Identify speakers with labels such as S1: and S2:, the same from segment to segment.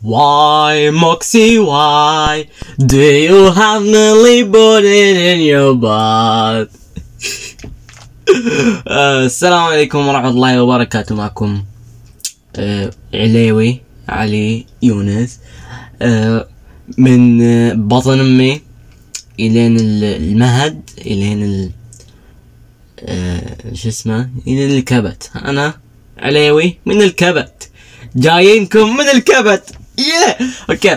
S1: Why, Moxie, why do you have Millie Booted in your butt? السلام عليكم ورحمة الله وبركاته. معكم عليوي علي يونس من بطن أمي إلين المهد إلين شو اسمه إلين الكبت. أنا عليوي من الكبت، جايينكم من الكبت. اوكي.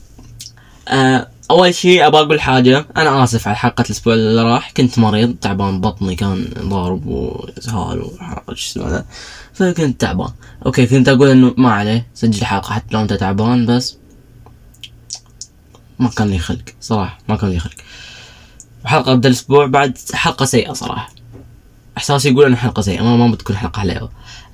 S1: اول شيء ابغى اقول حاجه، انا اسف على حلقه الاسبوع اللي راح، كنت مريض تعبان، بطني كان ضارب واسهال وحرق شو اسمه ذا، فكنت تعبان. اوكي، كنت اقول انه ما عليه سجل حلقه حتى لو انت تعبان، بس ما كان لي خلق صراحه، ما كان لي خلق. وحلقه قبل الاسبوع بعد حلقه سيئه صراحه، احساسي يقول انه حلقه سيئه، ما بتكون حلقه حلوه.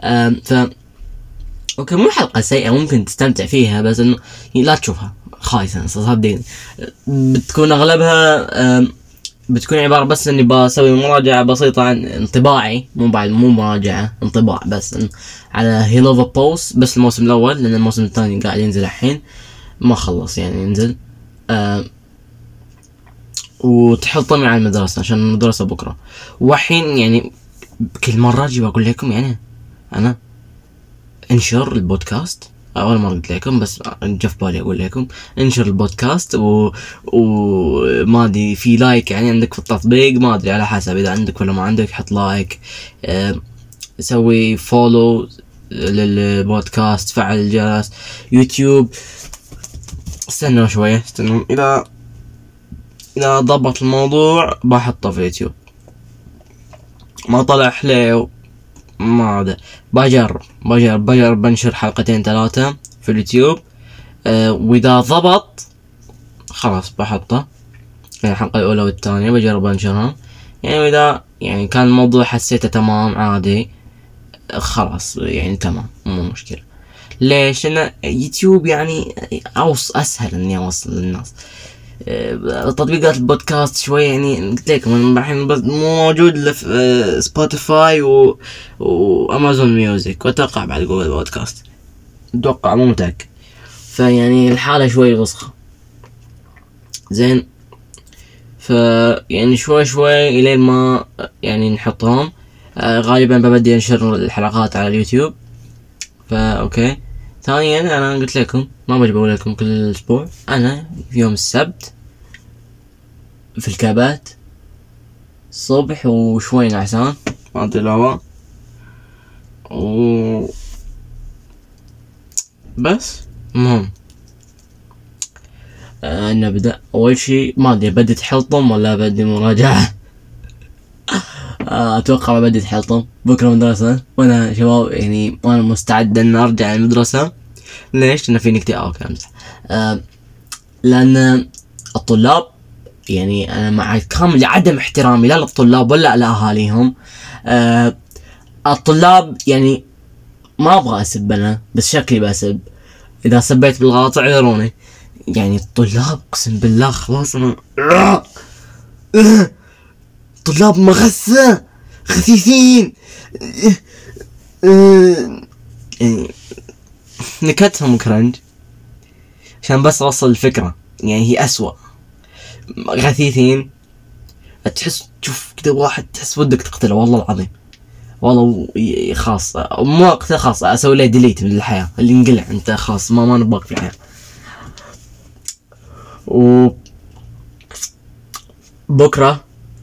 S1: اوكي، مو حلقة سيئة، ممكن تستمتع فيها، بس انه لا تشوفها خايسة صدقني. بتكون اغلبها بتكون عبارة بس اني بسوي مراجعة بسيطة عن انطباعي، مو مراجعة، انطباع بس على هيلوفا بوست، بس الموسم الاول، لان الموسم الثاني قاعد ينزل الحين، ما خلص يعني ينزل. وتحطمي على المدرسة عشان المدرسة بكرة. وحين يعني كل مرة اجي بقول لكم يعني انا انشر البودكاست، اول مرة قلت لكم بس جف بالي اقول لكم انشر البودكاست وما ادري في لايك يعني عندك في التطبيق، ما ادري على حسب اذا عندك ولا ما عندك، حط لايك، سوي فولو للبودكاست، فعل الجرس. يوتيوب استنوا شوية، استنوا اذا ضبط الموضوع بحطه في يوتيوب. ما طلع حليو ما هذا، بجرب بنشر حلقتين 3 في اليوتيوب، واذا ضبط خلاص بحطه، يعني الحلقة الاولى والثانية بجرب انشرها، يعني واذا يعني كان الموضوع حسيته تمام عادي خلاص يعني تمام، مو مشكلة. ليش؟ لان يوتيوب يعني اسهل اني اوصل للناس. تطبيقات البودكاست شوي يعني قلت لكم الحين بس موجود في سبوتيفاي وامازون ميوزك، واتوقع بعد جوجل بودكاست، اتوقع مو متأكد. فيعني الحالة شوي وسخة زين. يعني شوي الين ما يعني نحطهم. غالبا ببدي انشر الحلقات على اليوتيوب. اوكي. ثانيا انا قلت لكم ما بجي بقول لكم كل اسبوع، انا في يوم السبت في الكابات الصبح وشوي نعسان، ما ادري الهواء بس. المهم نبدأ. اول شيء ما ادري بدي تحلطم ولا بدي مراجعة. اتوقع بدي تحلطم. بكرة مدرسة وانا شباب يعني وانا مستعد ان ارجع المدرسة. ليش؟ لان فيني اكتئاب. امزح. لان الطلاب يعني انا مع كامل عدم احترامي لا للطلاب ولا لاهاليهم. الطلاب يعني ما ابغى اسب انا، بس شكلي بسب، اذا سبيت بالغلط اعذروني. يعني الطلاب اقسم بالله خلاص انا طلاب مغثة خسيسين، يعني نكتهم كرنج عشان بس اوصل الفكرة، يعني هي اسوأ. غثيثين، تحس تشوف كده واحد تحس ودك تقتله، والله العظيم، والله خاص مو وقته خاص اسوي له ديليت من الحياة، اللي انقلع انت خاص ما نبغاك في الحياة. بكرة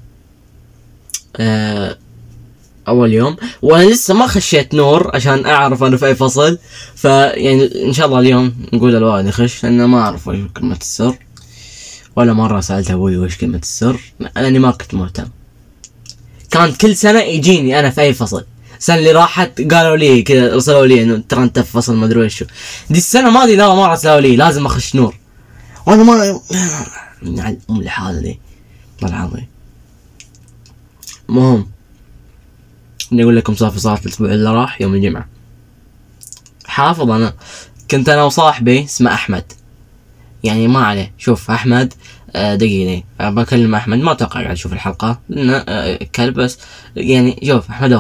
S1: اول يوم، وانا لسه ما خشيت نور عشان اعرف انا في اي فصل، فيعني ان شاء الله اليوم نقول الوالد يخش، لانه ما اعرف وش كلمة السر، ولا مرة سألت ابوي وش كلمة السر، لاني ما كنت مهتم. كانت كل سنة يجيني انا في اي فصل، السنة اللي راحت قالوا لي كذا، رسلوا لي انه ترى انت في فصل ما ادري وشو. دي السنة الماضية لا ما رسلوا لي لازم اخش نور، وانا ما من الحالة دي والله العظيم. المهم اني اقول لكم صار الاسبوع اللي راح يوم الجمعة. حافظ انا كنت انا وصاحبي اسمه احمد، يعني ما عليه. شوف احمد دقيقة بكلم احمد، ما اتوقع قاعد اشوف الحلقة لانه كلب، بس يعني شوف احمد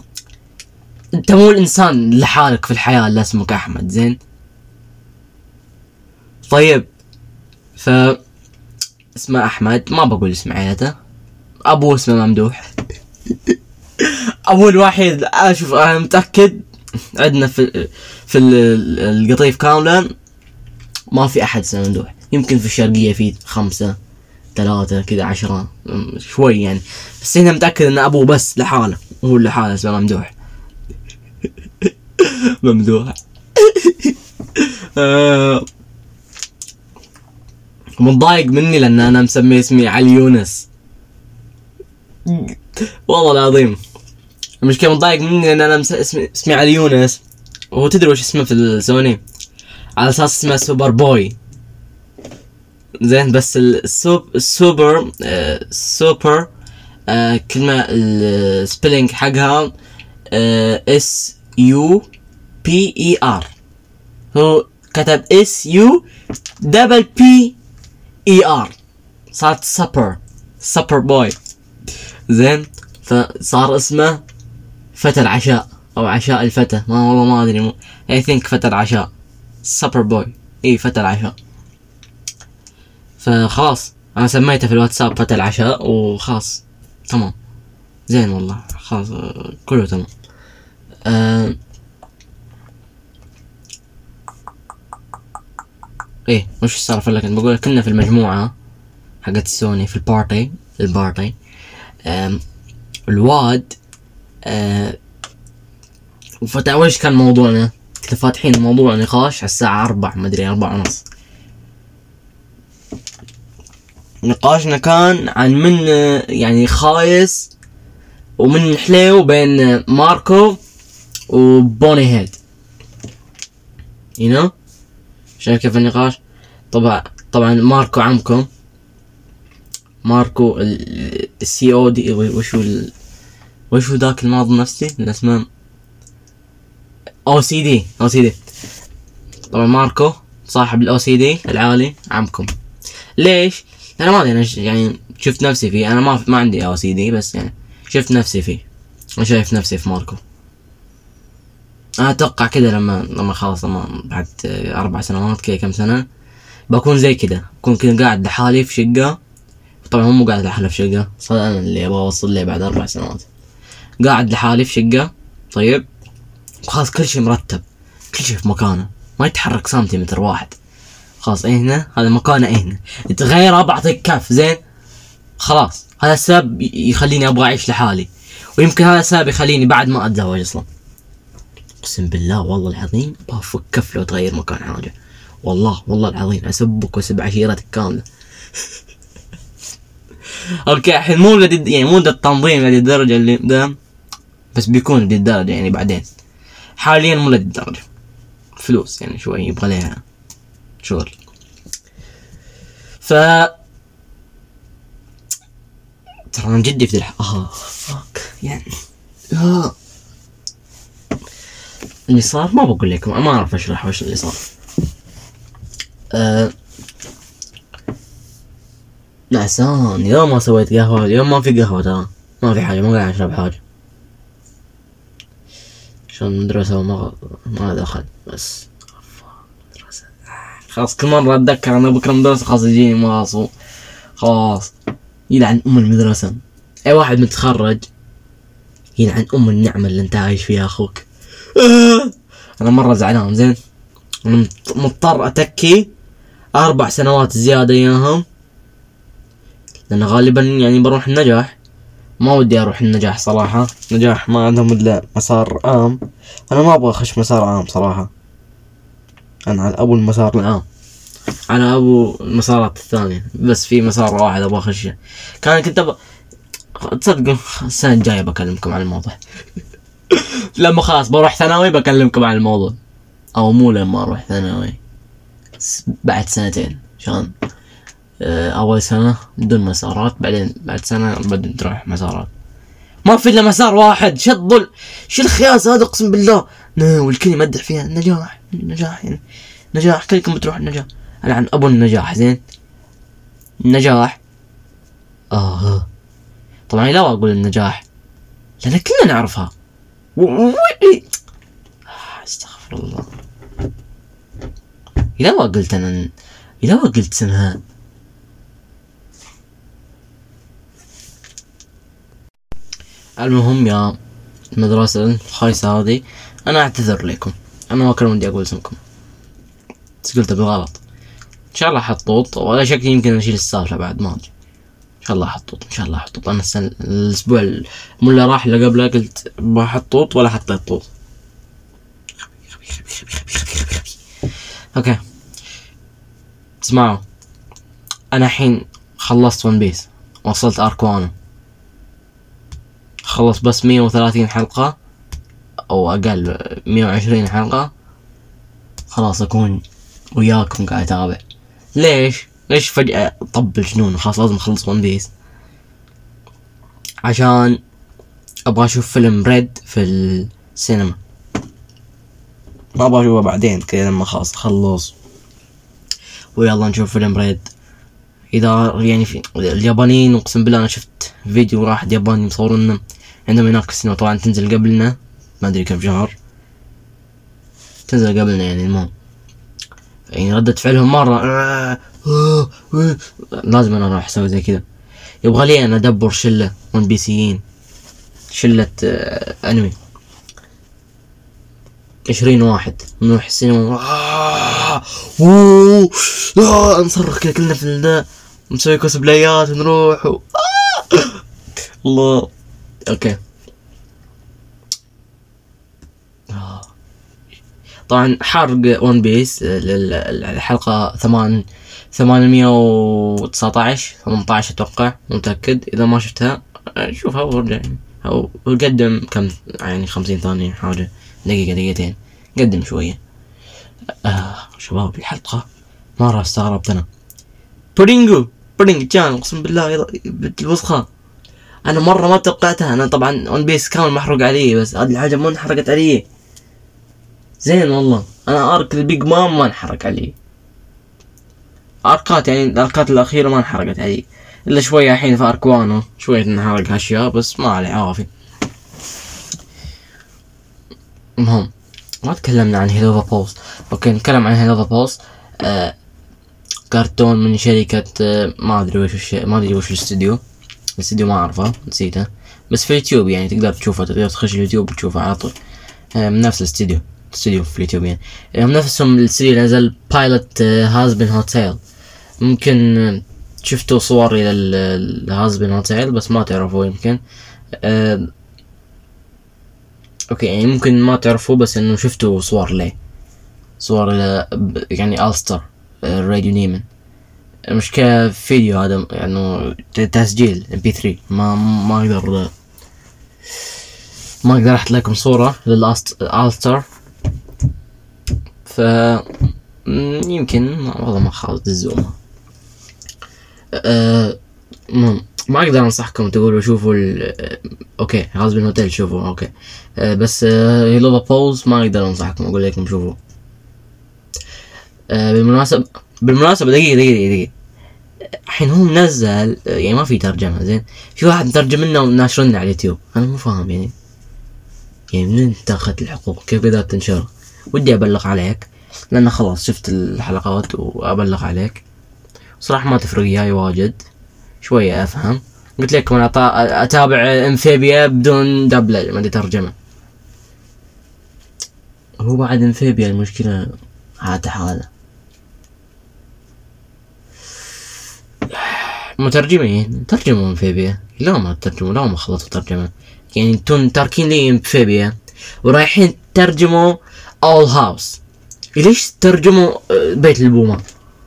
S1: انت مو الانسان لحالك في الحياة اللي اسمك احمد، زين؟ طيب ف اسمه احمد، ما بقول اسم عيلته، ابوه اسمه ممدوح. ابوه الوحيد اشوف انا متاكد عندنا في القطيف كاملا ما في احد اسمه ممدوح. يمكن في الشرقيه في 5 3 كذا 10 شوي يعني، بس هنا متاكد ان ابوه بس لحاله، هو لحاله اسمه ممدوح. ممدوح. متضايق مني لان انا مسمي اسمي علي يونس، والله العظيم. المشكلة متضايق مني لان انا اسمي علي يونس، وهو تدري وش اسمه في السوني؟ على اساس اسمه سوبر بوي، زين. بس السوبر كلمة السبيلينج حقها SUPER، هو كتب SUPPER، صارت سوبر بوي، زين. فصار اسمه فتى العشاء او عشاء الفتى، والله ما ادري، I think فتى العشاء، سوبر بوي، فتى العشاء. فخلاص انا سميته في الواتساب فتى العشاء وخلاص، تمام زين والله، خلاص كله تمام. وش السالفة اللي كنت بقول؟ كنا في المجموعة حقت السوني في البارتي. الواد وفتح. وش كان موضوعنا؟ كنا فاتحين موضوع نقاش على الساعة 4، ما ادري 4:30. نقاشنا كان عن من يعني خايس ومن حليو بين ماركو وبوني هيد، شايف كيف النقاش؟ طبعا ماركو عمكم، ماركو السي او دي، وشو ذاك الماضي النفسي اللي اسمه OCD. طبعا ماركو صاحب الOCD العالي عمكم. ليش؟ انا ما ادري، يعني شفت نفسي فيه. انا ما عندي OCD، بس يعني شفت نفسي فيه. انا شايف نفسي في ماركو. انا اتوقع كده لما خلاص، لما بعد 4 سنوات كده، كم سنة بكون زي كده، بكون كده قاعد لحالي في شقة. طبعا هو مو قاعد لحاله في شقة، صار انا اللي ابغى اوصل له بعد 4 سنوات. قاعد لحالي في شقة، طيب خلاص كل شيء مرتب، كل شيء في مكانه، ما يتحرك سنتيمتر واحد. خلاص هنا هذا مكانه، هنا يتغير بعطيك كف، زين. خلاص هذا السبب يخليني ابغى اعيش لحالي، ويمكن هذا السبب يخليني بعد ما اتزوج اصلا. اقسم بالله والله العظيم بفك كف لو تغير مكان حاجه، والله العظيم اسبك واسب عشيرتك كامله. اوكي الحين مو ده التنظيم لهذه الدرجه اللي ده، بس بيكون لهذه الدرجه يعني بعدين. حاليا مو لهذه الدرجه، فلوس يعني شوي يبغى لها شغل. ترى من جدي في يعني اللي صار ما بقول لكم، ما اعرف اشرح وش اللي صار. نعسان، اليوم ما سويت قهوة، اليوم ما في قهوة، ترى ما في حاجة، ما قاعد اشرب حاجة عشان المدرسة ما دخل. بس مدرسة خلاص، كل مرة اتذكر انا بكرة مدرسة خلاص يجيني مغص، خلاص يلعن المدرسة. اي واحد متخرج يلعن النعمة اللي انت عايش فيها اخوك. انا مرة زعلان، زين. انا مضطر اتكي 4 سنوات زيادة اياهم، لان غالبا يعني بروح النجاح. ما ودي اروح النجاح صراحة، نجاح ما عندهم الا مسار عام، انا ما ابغى اخش مسار عام صراحة. انا على ابو المسار العام، انا ابو المسارات الثانية، بس في مسار واحد ابغى اخشه. كنت تصدقوا السنة الجاية بكلمكم عن الموضوع. لما خلاص بروح ثانوي بكلمكم عن الموضوع، او مو لما اروح ثانوي، بعد 2 سنين، عشان اول سنة بدون مسارات، بعدين بعد سنة بدنا نروح مسارات. ما في الا مسار واحد، شو الخياس هذا؟ اقسم بالله والكل يمدح فيها النجاح يعني نجاح، كلكم بتروح النجاح. انا عن ابو النجاح، زين. النجاح طبعا لا اقول النجاح لان كلنا نعرفها. استغفر الله. لا قلت انا إذا ما قلت اسمها. المهم يا المدرسة الخايسة هذه، أنا أعتذر لكم، أنا ما كان ودي أقول اسمكم بس قلته بالغلط. إن شاء الله حطوط، ولا شكلي يمكن أشيل السالفة بعد ما أجي. إن شاء الله حطوط، إن شاء الله حطوط. أنا الأسبوع اللي راح اللي قبله قلت بحطوط ولا حطيت طوط. اوكي اسمعوا، انا الحين خلصت ون بيس، وصلت ارك 1، خلص بس 130 حلقة او اقل، 120 حلقة، خلاص اكون وياكم قاعد اتابع. ليش فجأة طب الجنون؟ خلاص لازم اخلص ون بيس عشان ابغى اشوف فيلم ريد في السينما، ما ابغى اشوفه بعدين كذا لما خلاص خلص ويلا نشوف فيلم ريد. اذا يعني في اليابانيين، اقسم بالله انا شفت فيديو واحد ياباني مصورنا عندهم هناك في السينما، طبعا تنزل قبلنا ما ادري كم شهر، تنزل قبلنا يعني. المهم يعني ردة فعلهم مرة لازم انا اروح اسوي زي كذا. يبغى لي انا ادبر شلة ون بيسيين، شلة انمي 20 واحد نروح السينما نصرخ كلنا في الدا، نسوي كوسبلايات ونروح الله. اوكي طبعا حرق ون بيس الحلقة 819 18 اتوقع، متأكد. اذا ما شفتها شوفها وارجع، او قدم كم يعني 50 ثانية حاجة، دقيقة دقيقتين قدم شوية. شباب الحلقة مرة استغربت انا. بودينج كان اقسم بالله بالوسخة، انا مرة ما توقعتها. انا طبعا ون بيس كامل محروق علي، بس هذه الحاجة ما انحرقت علي. زين والله، انا ارك البيج مام ما انحرق علي، اركات يعني الاركات الاخيرة ما انحرقت علي الا شوية. الحين في ارك 1 شوية انحرق اشياء بس ما عليه عافي. المهم ما تكلمنا عن هيلوفا بوست. اوكي نتكلم عن هيلوفا بوست. كرتون من شركة ما ادري وش الاستوديو ما اعرفه، نسيته، بس في اليوتيوب يعني تقدر تشوفه، تقدر تخش اليوتيوب وتشوفه على طول. من نفس الاستوديو في اليوتيوب يعني. هم نفسهم الاستوديو نزل بايلوت هازبن هوتيل. ممكن شفتوا صور الى الهازبن هوتيل بس ما تعرفوا يمكن. اوكي يعني ممكن ما تعرفوا بس انه شفتوا صور يعني الستر راديو نيمن. المشكلة فيديو هذا يعني تسجيل MP3، ما اقدر احط لكم صورة للالستر، ف يمكن والله ما خالص الزوم. ما اقدر انصحكم تقولوا شوفوا اوكي هازبن هوتيل شوفوا اوكي، بس هيلوفا بوز ما اقدر انصحكم اقول لكم شوفوا. بالمناسبة دقيقة الحين هو منزل يعني ما في ترجمة، زين في واحد مترجم لنا وناشرنا على اليوتيوب، انا مو فاهم يعني منين تاخذ الحقوق؟ كيف قدرت تنشرها؟ ودي ابلغ عليك لان خلاص شفت الحلقات وابلغ عليك. صراحة ما تفرق وياي واجد، شوية افهم. قلت لكم انا اتابع امفيبيا بدون دبلج ما ادري ترجمة. هو بعد امفيبيا المشكلة هذا مترجمين ترجموا امفيبيا، لا ما خلصوا ترجمة يعني. انتم تاركين لي امفيبيا ورايحين ترجموا اول هاوس. ليش ترجموا بيت البومة؟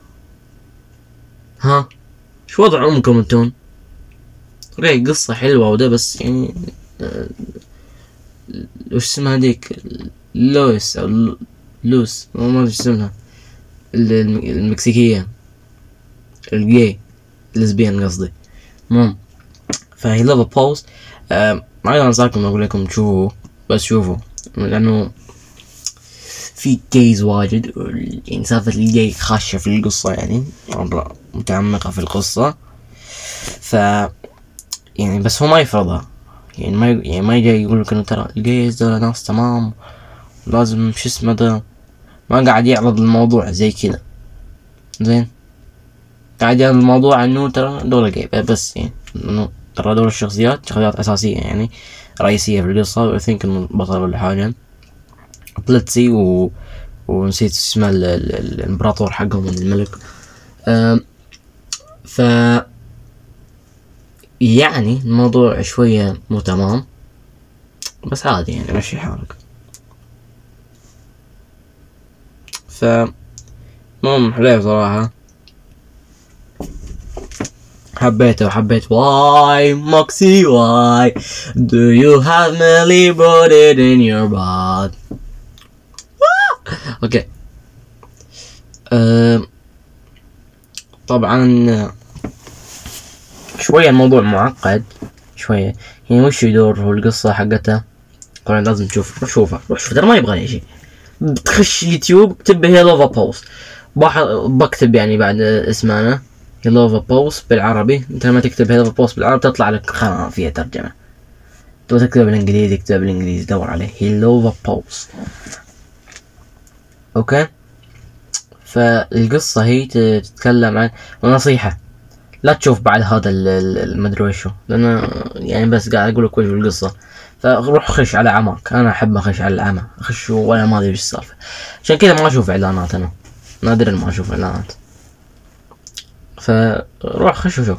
S1: ها شو وضع امكم انتم؟ اوكي قصة حلوة وده بس يعني وش اسمها هذيك لويس او لوس ما ادري اسمها، المكسيكية الجاي لزبيان قصدي. المهم فهي لوفا بوست. ما اقدر انصحكم اقول لكم تشوفوا، بس شوفوا لانه في جايز واجد يعني. سالفة الجاي خاشة في القصة يعني مرة متعمقة في القصة، ف يعني بس هو ما يفرضها يعني ما يجي يقول لك انه ترى الجايز دول ناس تمام لازم شو اسمه ده، ما قاعد يعرض الموضوع زي كذا. زين قاعد يعمل الموضوع انه ترى دور جاي بس، يعني انه ترى دور الشخصيات شخصيات اساسية يعني رئيسية في القصة. I think انه البطل ولا حاجة بلتسي ونسيت اسمه الامبراطور حقهم الملك. ف يعني الموضوع شوية مو تمام بس عادي يعني مشي حالك. مهم حليو صراحة، حبيته وحبيت. واي موكسي واي do you have Millie buried in your butt. اوكي طبعا شوية الموضوع معقد شوية، يعني وش يدور هو القصة حقتها. طبعا لازم تشوف، روح شوف ترى ما يبغى شيء. بتخش يوتيوب اكتب هيلوفا بوست، بكتب يعني بعد اسمه انا هيلوفا بوست بالعربي. انت لما تكتب هيلوفا بوست بالعربي تطلع لك قناة فيها ترجمة، تبغى تكتب بالانجليزي اكتب بالانجليزي، دور عليه هيلوفا بوست. اوكي فالقصة هي تتكلم عن نصيحة، لا تشوف بعد هذا المدري وشو، لأنه يعني بس قاعد أقول لك وش القصة. فروح خش على عماك، أنا أحب أخش على العمى، أخش ولا ما أدري وش السالفة. عشان كذا ما أشوف إعلانات، أنا نادرا ما أشوف إعلانات. فروح خش وشوف.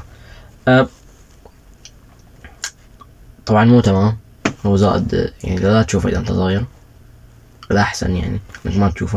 S1: طبعا مو تمام، هو زائد يعني لا تشوفه إذا أنت صغير، الأحسن يعني إنك ما تشوفه،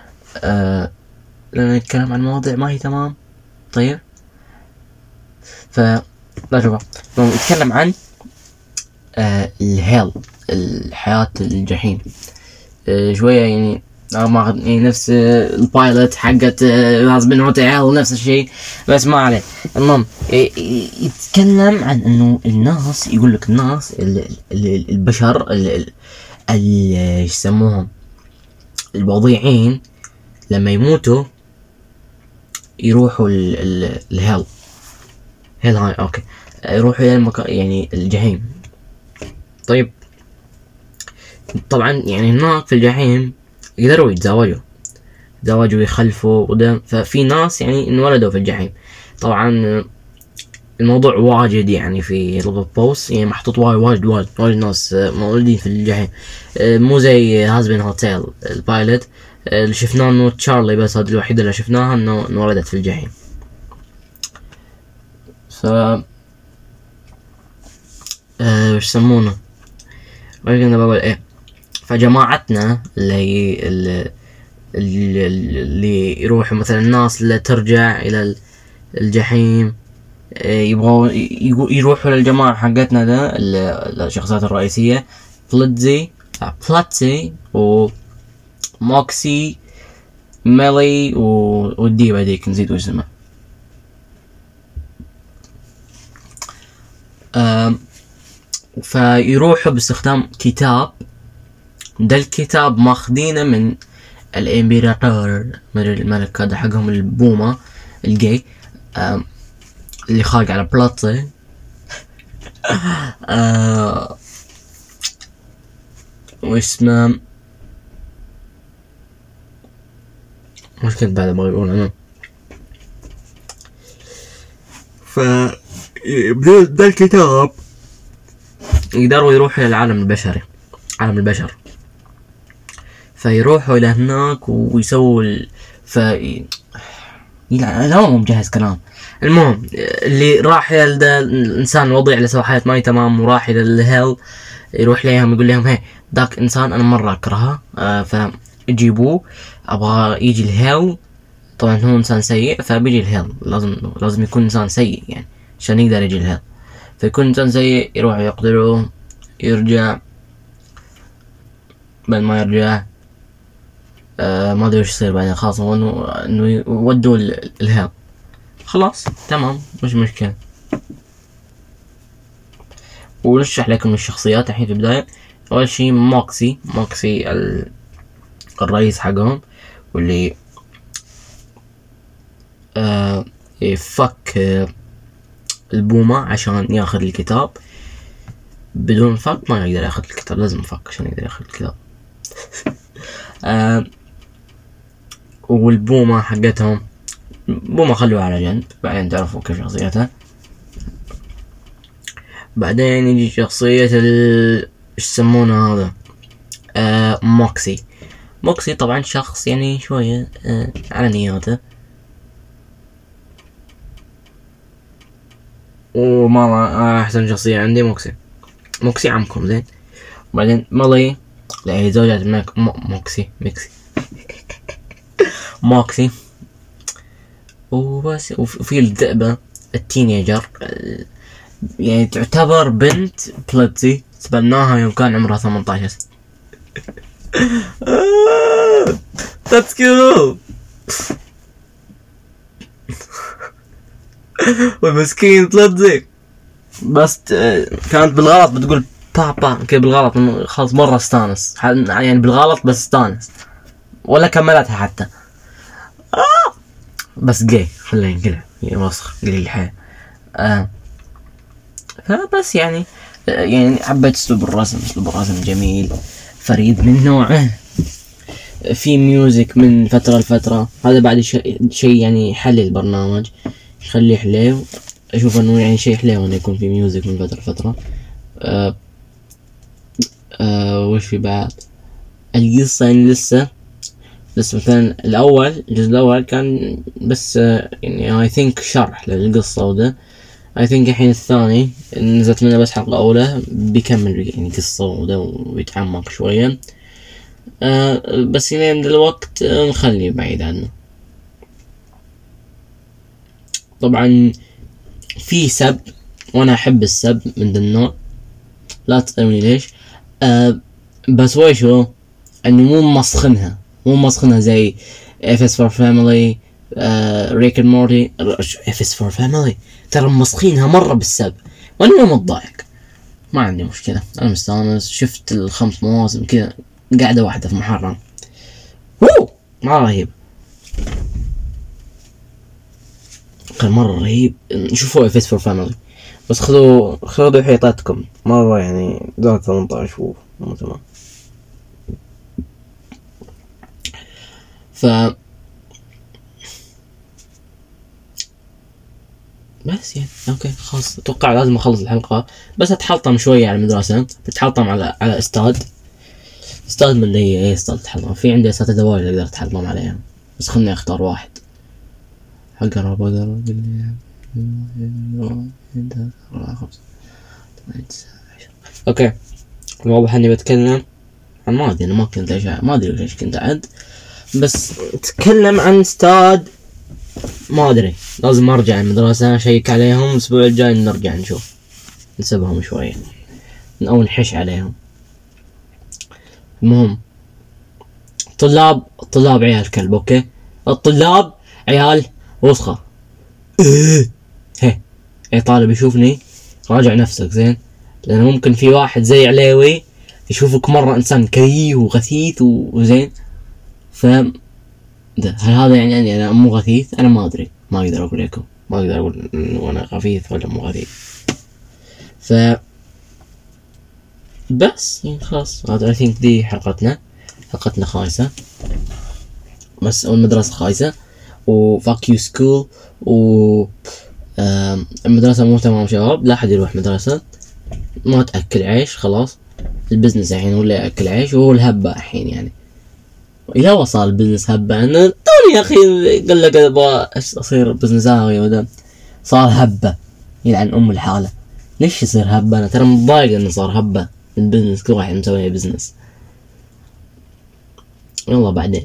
S1: لأنه يتكلم عن مواضيع ما هي تمام. طيب فلا شوفه. يتكلم عن الهيل، الحياة الجحيم. شوية يعني يعني نفس البايلوت حقت هازبن هوتيل نفس الشيء، بس ما عليه. المهم يتكلم عن انه الناس، يقول لك الناس البشر اللي يسموهم الوضيعين لما يموتوا يروحوا الهيل هاي اوكي، يروحوا الى المكان يعني الجحيم. طيب طبعا يعني هناك في الجحيم يقدروا يتزوجوا ويخلفوا ودم، ففي ناس يعني انولدوا في الجحيم. طبعا الموضوع واجد يعني في البوست يعني محطوط واجد ناس مولودين في الجحيم، مو زي هازبن هوتيل البايلوت اللي شفناه انه تشارلي بس، هذه الوحيدة اللي شفناها انه انولدت في الجحيم. ف وش يسمونه انا بقول ايه، فجماعتنا اللي يروحوا مثلا الناس اللي ترجع الى الجحيم يبغوا يروحوا للجماعة حقتنا ده الشخصيات الرئيسية بلاتسي وموكسي ميلي والديبا ديك نسيت وش اسمه. فيروحوا باستخدام كتاب، ده الكتاب ماخذينه من الامبراطور الملك هذا حقهم البومة الجاي اللي خارج على بلاتسي. واسمه مش كنت بعد ما يقول انا. ده الكتاب يقدروا يروحوا للعالم البشري، عالم البشر، فيروحوا الى هناك ويسووا لا مو مجهز كلام. المهم اللي راح الى الانسان الوضيع اللي سوى حياة ماي تمام وراح الى الهيل، يروح ليهم يقول لهم هي ذاك انسان انا مرة اكرهه، فجيبوه ابغى يجي الهيل. طبعا هو انسان سيء فبيجي الهيل، لازم يكون انسان سيء يعني عشان يقدر يجي الهيل. فيكون انسان سيء يروح يقتلوه، يرجع بعد ما يرجع ما ادري وش يصير بعدين، خلاص انه يودوا الهيل، خلاص تمام مش مشكلة. ونشرح لكم الشخصيات الحين في البداية. اول شي موكسي الرئيس حقهم، واللي يفك البومة عشان ياخذ الكتاب، بدون فك ما يقدر ياخذ الكتاب، لازم فك عشان يقدر ياخذ الكتاب. والبومة حقتهم بوما خلوها على جنب، بعدين تعرفوا كيف شخصيتها. بعدين يجي شخصية ايش يسمونه هذا، موكسي. موكسي طبعا شخص يعني شوية على نياته، ومرة أحسن شخصية عندي موكسي. موكسي عمكم زين. وبعدين مالي لا هي زوجة موكسي موكسي. وبس. وفي الذئبة التينيجر، يعني تعتبر بنت بلتزي، تبناها يوم كان عمرها 18 سنة. That's cool. والمسكين بلتزي بس كانت بالغلط بتقول بابا كيف بالغلط، خلاص مرة استانس يعني بالغلط، بس استانس ولا كملتها حتى. بس جاي خلينا نقلع وسخ قليل الحياة. فبس يعني حبيت اسلوب الرسم جميل فريد من نوعه، في ميوزك من فترة لفترة. هذا بعد شيء يعني يحلي البرنامج، يخليه حليو. اشوف انه يعني شيء حليو انه يكون في ميوزك من فترة لفترة. وش في بعد القصة؟ يعني لسه مثلا الجزء الاول كان بس يعني I think شرح للقصة وده. I think الحين الثاني نزلت منه بس حلقة أولى، بيكمل يعني قصة وده ويتعمق شوية. بس يعني الوقت نخليه بعيد عنه. طبعا في سب، وانا احب السب من ذا النوع، لا تسألوني ليش. بس ويشو انه مو مسخنها زي FS for Family، ريك اند مورتي. FS for Family ترى مسخينها مرة بالسب، وانا مو متضايق، ما عندي مشكلة، انا مستانس. شفت ال5 مواسم كذا قاعدة واحدة في محرم، مرة رهيب، كان مرة رهيب. شوفوا FS for Family، بس خذوا حيطاتكم مرة، يعني ذات 18 مو تمام. بس يعني اوكي خلاص، اتوقع لازم اخلص الحلقة. بس اتحلطم شوية على المدرسة، بتحلطم على استاد من اللي هي استاد تحلطم في عندي اساتذة وايد اقدر اتحلطم عليهم، بس خلني اختار واحد. بقرا اوكي. واضح اني بتكلم عن ماضي، انا ما كنت ما ادري ليش كنت اعد، بس اتكلم عن استاد. ما ادري، لازم ارجع المدرسة اشيك عليهم الاسبوع الجاي، نرجع نشوف نسبهم شوية او نحش عليهم. المهم الطلاب عيال كلب، اوكي الطلاب عيال وسخة. هي اي طالب يشوفني راجع نفسك زين، لان ممكن في واحد زي عليوي يشوفك مرة انسان كريه وغثيث وزين. فاهم هل هذا يعني انا مو غثيث؟ انا ما ادري، ما اقدر اقول لكم، ما اقدر اقول انه انا غثيث ولا مو غثيث. بس يعني خلاص، هذا I think دي حلقتنا خايسة، بس المدرسة خايسة، وفاك يو سكول، المدرسة مو تمام شباب، لا حد يروح مدرسة، ما تأكل عيش، خلاص البزنس الحين هو اللي يأكل عيش، وهو الهبة الحين يعني. إلى وصل البزنس هبة، أنا توني يا أخي قال لك أبغى أصير بزنساوي وده، صار هبة يلعن أم الحالة. ليش يصير هبة؟ أنا ترى متضايق إنه صار هبة البزنس، كل واحد مسوي بزنس. يلا بعدين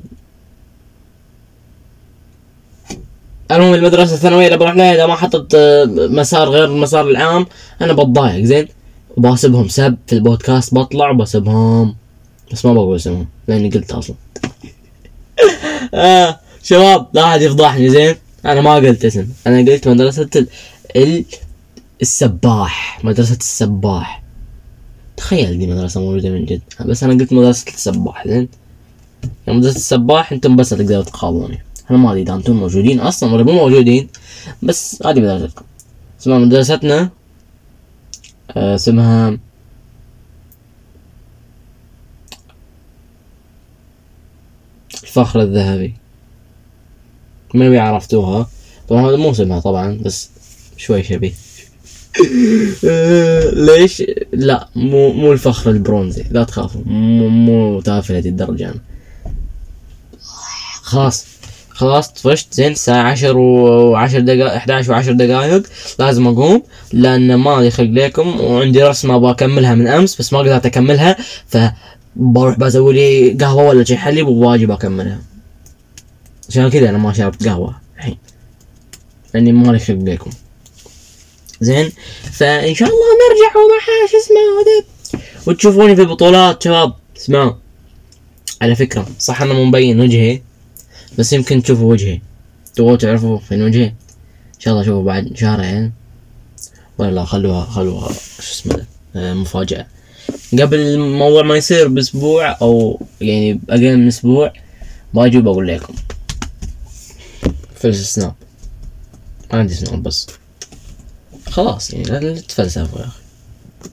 S1: المهم المدرسة الثانوية اللي بروح لها إذا ما حطت مسار غير المسار العام أنا بتضايق زين، وباسبهم سب في البودكاست، بطلع وبسبهم، بس ما بقول اسمهم لأني قلت أصلا. شباب لا أحد يفضحني زين، أنا ما قلت اسم، أنا قلت مدرسة السباح، مدرسة السباح. تخيل دي مدرسة موجودة من جد، بس أنا قلت مدرسة السباح زين، يعني مدرسة السباح أنتم بس تقدروا تقاوموني، أنا ما أدري إذا أنتم موجودين أصلا ولا مو موجودين، بس هذه مدرستكم. اسمها مدرستنا اسمها الفخر الذهبي، ما عرفتوها طبعا هذا موسمها طبعا، بس شوي شبيه. ليش؟ لا مو الفخر البرونزي، لا تخافوا، مو تافه هذه الدرجة أنا. خلاص طفشت. زين الساعة 10 و10 دقائق، 11 و10 دقائق لازم اقوم، لان ما لي خلق لكم، وعندي رسمة ابغى اكملها من امس بس ما قدرت اكملها، فبروح بسوي لي قهوة ولا شي حليب وواجب اكملها. عشان كذا انا ما شربت قهوة الحين، لاني ما لي خلق لكم. زين، فان شاء الله نرجع وما شو اسمه وتشوفوني في البطولات شباب. اسمعوا، على فكرة صح انا مو مبين وجهي، بس يمكن تشوفوا وجهي، تبغوا تعرفوا فين وجهي ان شاء الله. شوفوا بعد شهرين، ولا لا خلوها شو اسمه مفاجأة قبل الموضوع ما يصير باسبوع، او يعني اقل من اسبوع باجي بقول لكم في السناب. عندي سناب بس خلاص، يعني لا تتفلسفوا يا اخي.